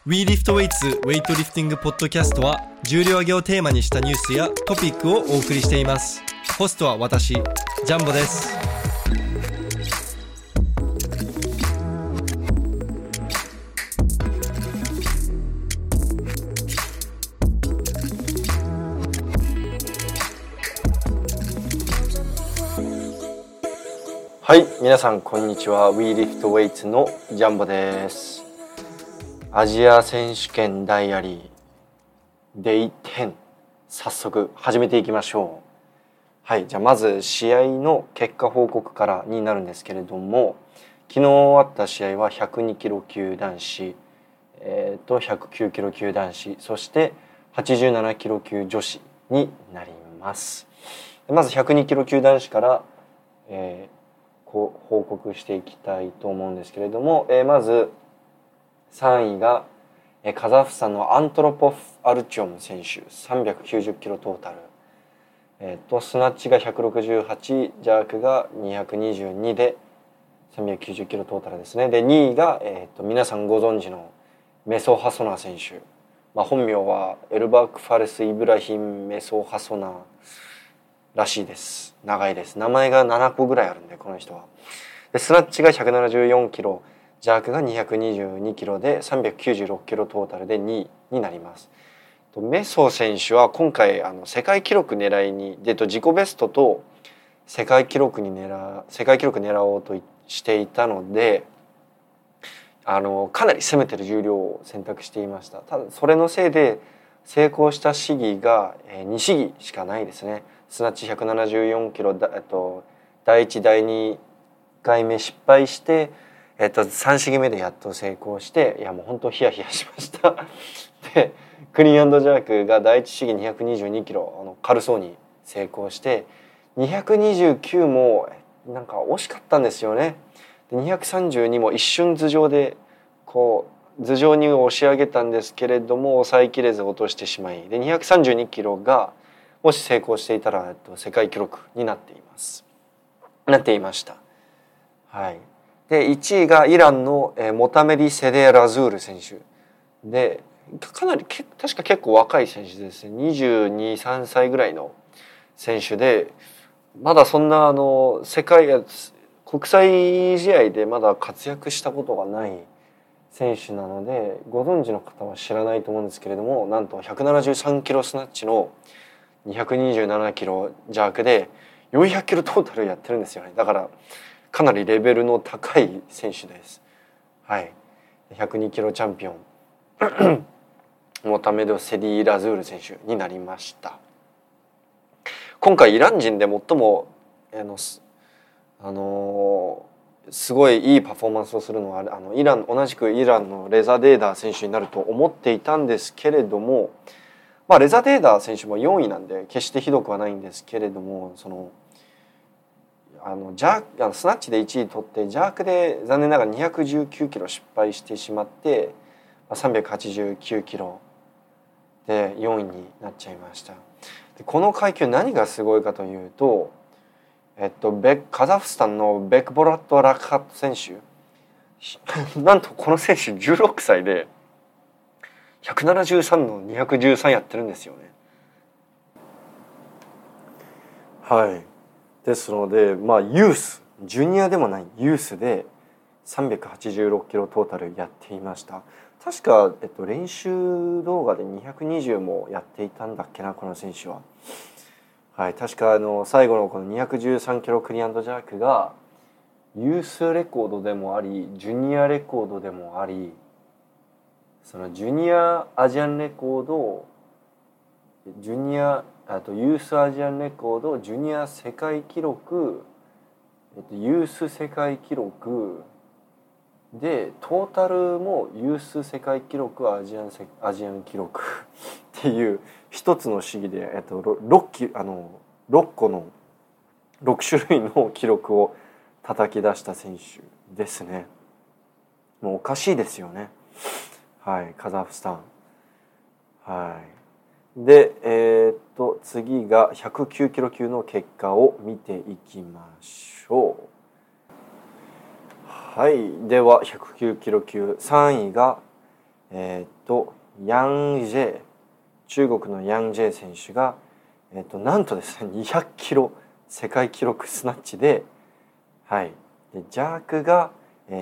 We Lift Weights ウェイトリフティングポッドキャストは重量挙げをテーマにしたニュースやトピックをお送りしています。ホストは私、ジャンボです。 はい、皆さんこんにちは。 We Lift Weights のジャンボです。アジア選手権ダイアリー Day10、 早速始めていきましょう。はい、じゃあまず試合の結果報告からになるんですけれども、昨日あった試合は102キロ級男子、109キロ級男子、そして87キロ級女子になります。まず102キロ級男子から、報告していきたいと思うんですけれども、まず3位がカザフスタンのアントロポフ・アルチョム選手、390キロトータル、スナッチが168、ジャークが222で390キロトータルですね。で2位が、皆さんご存知のメソ・ハソナ選手、本名はエルバーク・ファレス・イブラヒン・メソ・ハソナらしいです。長いです。名前が7個ぐらいあるんで、この人は。でスナッチが174キロ、ジャークが222キロで396キロトータルで2位になります。メソ選手は今回世界記録狙いに自己ベストと世界記録狙おうとしていたので、かなり攻めてる重量を選択していました。ただそれのせいで成功した試技が2試技しかないですね。スナッチ174キロ、第1第2回目失敗して、3試技目でやっと成功して、いやもう本当ヒヤヒヤしましたでクリーン&ジャークが第1試技222キロ軽そうに成功して、229もなんか惜しかったんですよね。で232も一瞬頭上で頭上に押し上げたんですけれども抑えきれず落としてしまい、で232キロがもし成功していたら世界記録になっていました。はい。で1位がイランのモタメリ・セデ・ラズール選手で、かなり確か結構若い選手ですね。22、3歳ぐらいの選手で、まだそんな国際試合でまだ活躍したことがない選手なので、ご存知の方は知らないと思うんですけれども、なんと173キロスナッチの227キロジャークで400キロトータルやってるんですよね。だからかなりレベルの高い選手です。はい。102キロチャンピオンモタメド・セディ・ラズール選手になりました。今回イラン人で最もすごいいいパフォーマンスをするのは同じくイランのレザ・デーダー選手になると思っていたんですけれども、レザ・デーダー選手も4位なんで決してひどくはないんですけれども、スナッチで1位取ってジャークで残念ながら219キロ失敗してしまって389キロで4位になっちゃいました。でこの階級何がすごいかというと、カザフスタンのベクボラット・ラクハット選手なんとこの選手16歳で173の213やってるんですよね。はい。ですのでユースジュニアでもないユースで386キロトータルやっていました。確か、練習動画で220もやっていたんだっけな、この選手は。はい、確か最後のこの213キロクリアンドジャークがユースレコードでもありジュニアレコードでもあり、そのジュニアアジアンレコード、あとユースアジアンレコード、ジュニア世界記録、ユース世界記録でトータルもユース世界記録アジアン記録っていう一つの試技で6個の6種類の記録を叩き出した選手ですね。もうおかしいですよね。はい、カザフスタン。はい。で、次が109キロ級の結果を見ていきましょう。はい、では109キロ級3位がヤン・ジェイ、中国のヤン・ジェイ選手が、なんとですね200キロ世界記録スナッチで、はい、でジャークが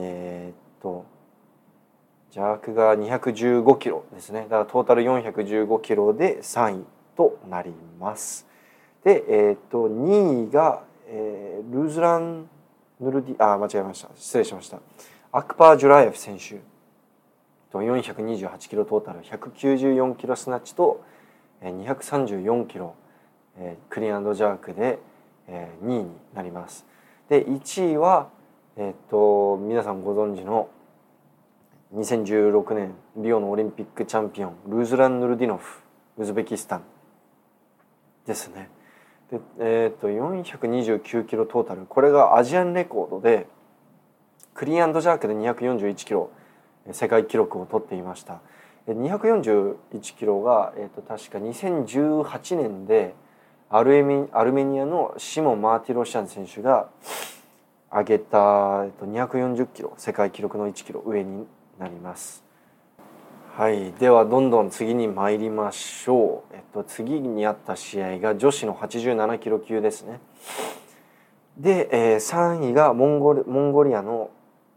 215キロですね。だからトータル415キロで3位となります。で、2位が、ルーズラン・ヌルディ間違えました、失礼しました。アクパー・ジュラエフ選手と428キロトータル194キロスナッチと234キロクリーン&ジャークで2位になります。で1位は、皆さんご存知の2016年リオのオリンピックチャンピオンルーズラン・ヌルディノフ、ウズベキスタンですね。で、429キロトータル、これがアジアンレコードでクリーン&ジャークで241キロ世界記録を取っていました。241キロが、確か2018年でアルメニアのシモン・マーティロシャン選手が上げた、240キロ世界記録の1キロ上になります。はい、ではどんどん次に参りましょう。次にあった試合が女子の87キロ級ですね。で、3位がモンゴリアの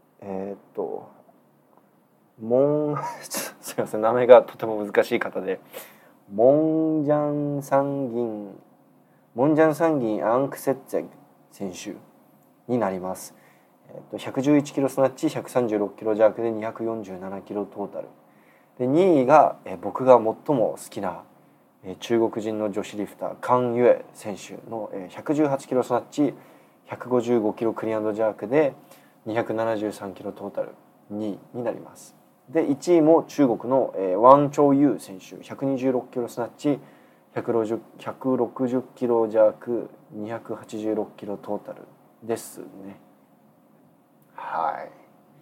すいません、名前がとても難しい方でモンジャンサンギンアンクセッツェグ選手になります。111キロスナッチ136キロ弱で247キロトータルで、2位が僕が最も好きな中国人の女子リフターカン・ユエ選手の118キロスナッチ155キロクリアンドジャークで273キロトータル2位になります。で1位も中国のワン・チョウ・ユー選手126キロスナッチ160キロ弱286キロトータルですね。はい。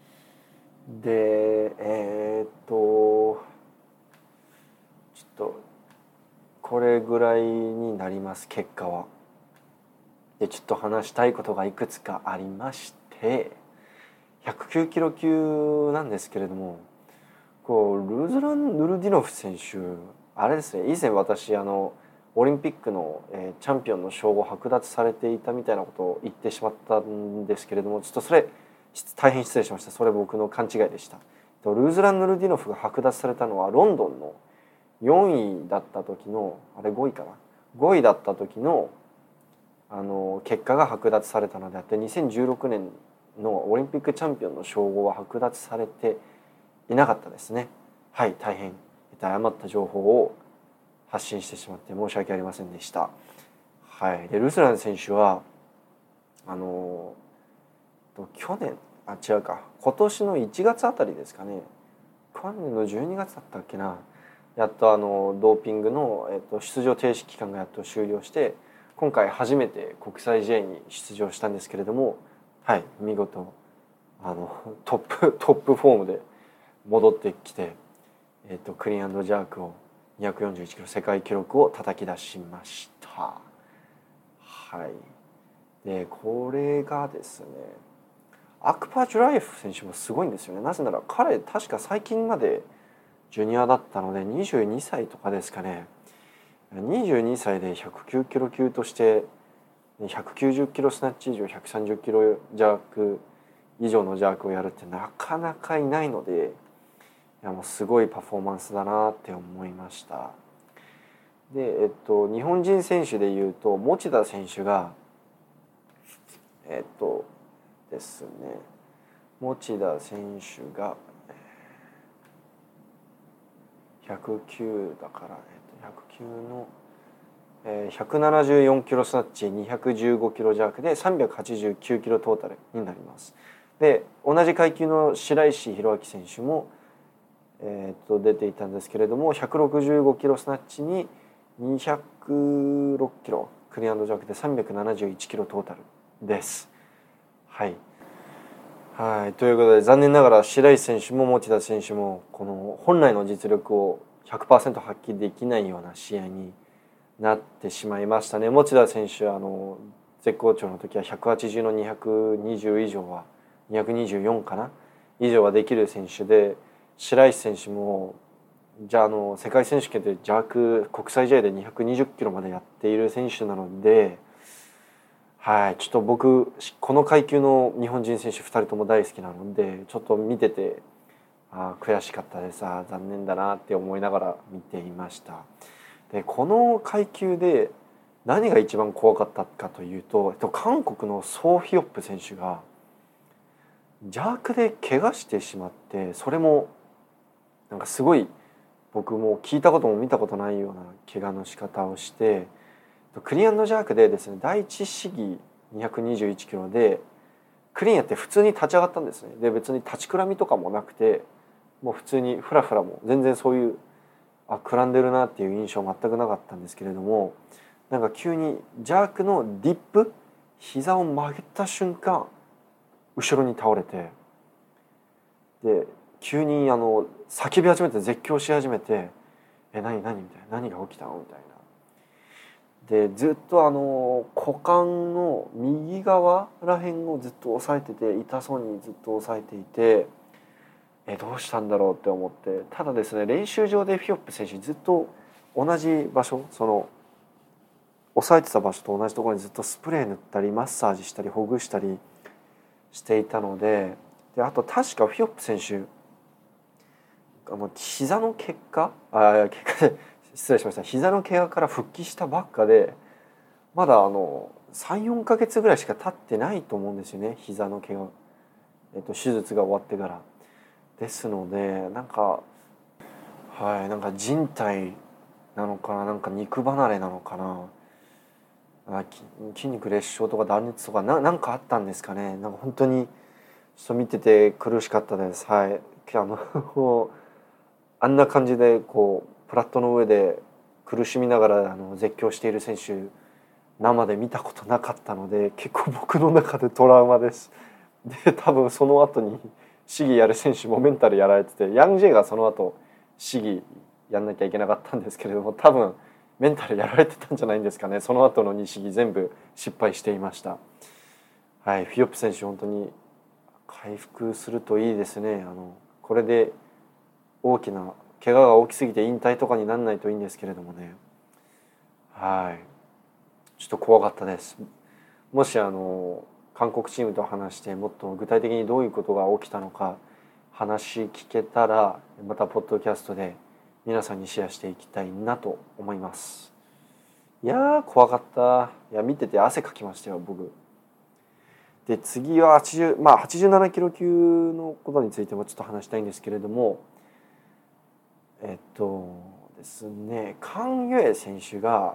でちょっとこれぐらいになります結果は。でちょっと話したいことがいくつかありまして、109キロ級なんですけれども、ルーズラン・ヌルディノフ選手あれですね、以前私オリンピックのチャンピオンの称号を剥奪されていたみたいなことを言ってしまったんですけれども、ちょっとそれ大変失礼しました。それ僕の勘違いでした。ルーズラン・ヌルディノフが剥奪されたのはロンドンの4位だった時の5位かな5位だった時の結果が剥奪されたのであって、2016年のオリンピックチャンピオンの称号は剥奪されていなかったですね。はい、大変誤った情報を発信してしまって申し訳ありませんでした。はい、でルーズラン選手は去年違うか今年の1月あたりですかね、去年の12月だったっけな、やっとドーピングの、出場停止期間がやっと終了して、今回初めて国際試合に出場したんですけれども、はい、見事トップフォームで戻ってきて、クリーン&ジャークを241キロ世界記録を叩き出しました。はい。でこれがですね、アクパー・ジュラエフ選手もすごいんですよね。なぜなら彼確か最近までジュニアだったので22歳とかですかね。22歳で109キロ級として190キロスナッチ以上130キロ弱以上のジャークをやるってなかなかいないので、いやもうすごいパフォーマンスだなって思いました。で、日本人選手でいうと持田選手がですね、持田選手が109だから109の174キロスナッチ215キロ弱で389キロトータルになります。で同じ階級の白石弘明選手も出ていたんですけれども、165キロスナッチに206キロクリアンドジャークで371キロトータルです。はい、はい、ということで残念ながら白石選手も持田選手もこの本来の実力を 100% 発揮できないような試合になってしまいましたね。持田選手絶好調の時は180の220以上は224かな以上はできる選手で、 白石選手もじゃあ世界選手権で国際試合で220キロまでやっている選手なので、はい、ちょっと僕この階級の日本人選手2人とも大好きなので、ちょっと見てて悔しかったです。残念だなって思いながら見ていました。でこの階級で何が一番怖かったかというと、韓国のソ・ヒョップ選手が邪悪で怪我してしまって、それもなんかすごい僕も聞いたことも見たことないような怪我の仕方をして、クリーン&ジャークでですね、第一試技221キロでクリーンやって普通に立ち上がったんですね。で別に立ちくらみとかもなくて、もう普通にフラフラも全然そういうくらんでるなっていう印象全くなかったんですけれども、なんか急にジャークのディップ、膝を曲げた瞬間後ろに倒れて、で急に叫び始めて、絶叫し始めて「何みたいな「何が起きたの?」みたいな。でずっと股間の右側らへんをずっと押さえてて、痛そうにずっと押さえていて、どうしたんだろうって思って、ただですね、練習場でフィオップ選手ずっと同じ場所、その押さえてた場所と同じところにずっとスプレー塗ったりマッサージしたりほぐしたりしていたので、あと確かフィオップ選手膝の結果で失礼しました。膝の怪我から復帰したばっかで、まだ3,4 ヶ月ぐらいしか経ってないと思うんですよね、膝の怪我、手術が終わってから。ですのでなんか靭帯なのかな、なんか肉離れなのかな、筋肉裂傷とか断裂とかなんかあったんですかね。なんか本当にちょっと見てて苦しかったです。はい、あんな感じでプラットの上で苦しみながら絶叫している選手生で見たことなかったので、結構僕の中でトラウマです。で多分その後に試技やる選手もメンタルやられてて、ヤング・ジェイがその後試技やんなきゃいけなかったんですけれども、多分メンタルやられてたんじゃないんですかね。その後の2試技全部失敗していました。はい、フィオップ選手本当に回復するといいですね。これで大きな怪我が大きすぎて引退とかにならないといいんですけれどもね。はい、ちょっと怖かったです。もし韓国チームと話してもっと具体的にどういうことが起きたのか話聞けたら、またポッドキャストで皆さんにシェアしていきたいなと思います。いやー怖かった。いや見てて汗かきましたよ僕。で次は87キロ級のことについてもちょっと話したいんですけれども、ですね、カン・ユエ選手が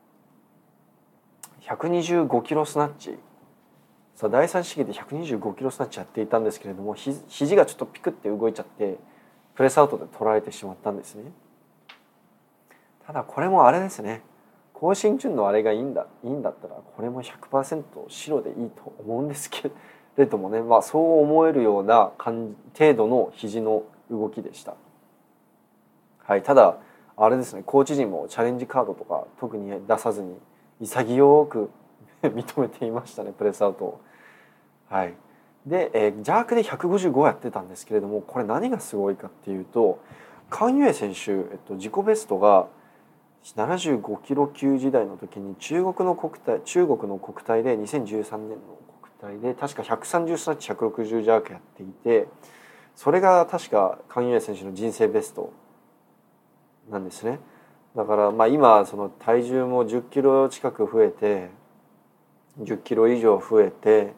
125キロスナッチ、第3試技で125キロスナッチやっていたんですけれども、肘がちょっとピクって動いちゃってプレスアウトで取られてしまったんですね。ただこれもあれですね、高身順のあれがいいんだったらこれも 100% 白でいいと思うんですけれどもね、そう思えるような程度の肘の動きでした。はい、ただあれですね、コーチ陣もチャレンジカードとか特に出さずに潔く認めていましたね、プレスアウトを。はい、で、ジャークで155やってたんですけれども、これ何がすごいかっていうと、カン・ユエ選手、自己ベストが75キロ級時代の時に中国の国体で2013年の国体で確か130スナッチ160ジャークやっていて、それが確かカン・ユエ選手の人生ベストなんですね。だから今その体重も10キロ近く増えて10キロ以上増えて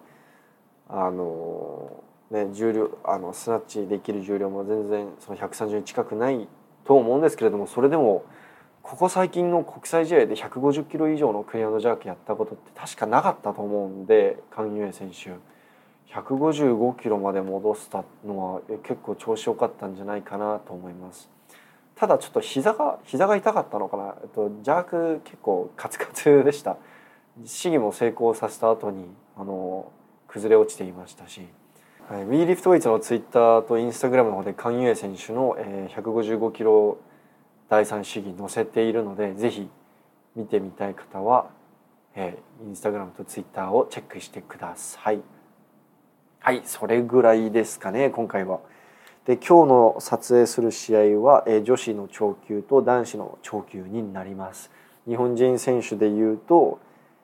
重量スナッチできる重量も全然その130近くないと思うんですけれども、それでもここ最近の国際試合で150キロ以上のクリアンドジャークやったことって確かなかったと思うんで、カン・ユエ選手155キロまで戻したのは結構調子良かったんじゃないかなと思います。ただちょっと膝が痛かったのかな、ジャーク結構カツカツでした。試技も成功させた後に崩れ落ちていましたし、はい、WeLiftWeightsのツイッターとインスタグラムの方でカン・ユエ選手の155キロ第3試技載せているので、ぜひ見てみたい方はインスタグラムとツイッターをチェックしてください。はい、それぐらいですかね今回は。 で今日の撮影する試合は、女子の超級と男子の超級になります。日本人選手でいうと、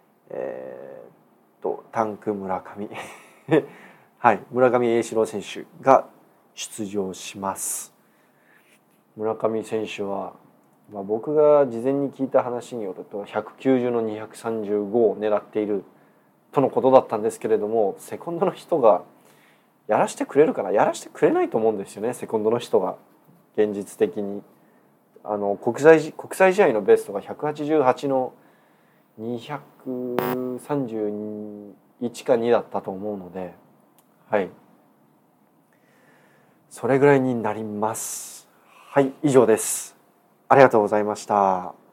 タンク村上はい、村上英志郎選手が出場します。村上選手は、僕が事前に聞いた話によると190の235を狙っているとのことだったんですけれども、セコンドの人がやらしてくれるかな、やらしてくれないと思うんですよね。セコンドの人が現実的に国際試合のベストが188の231か2だったと思うので、はい、それぐらいになります。はい、以上です。ありがとうございました。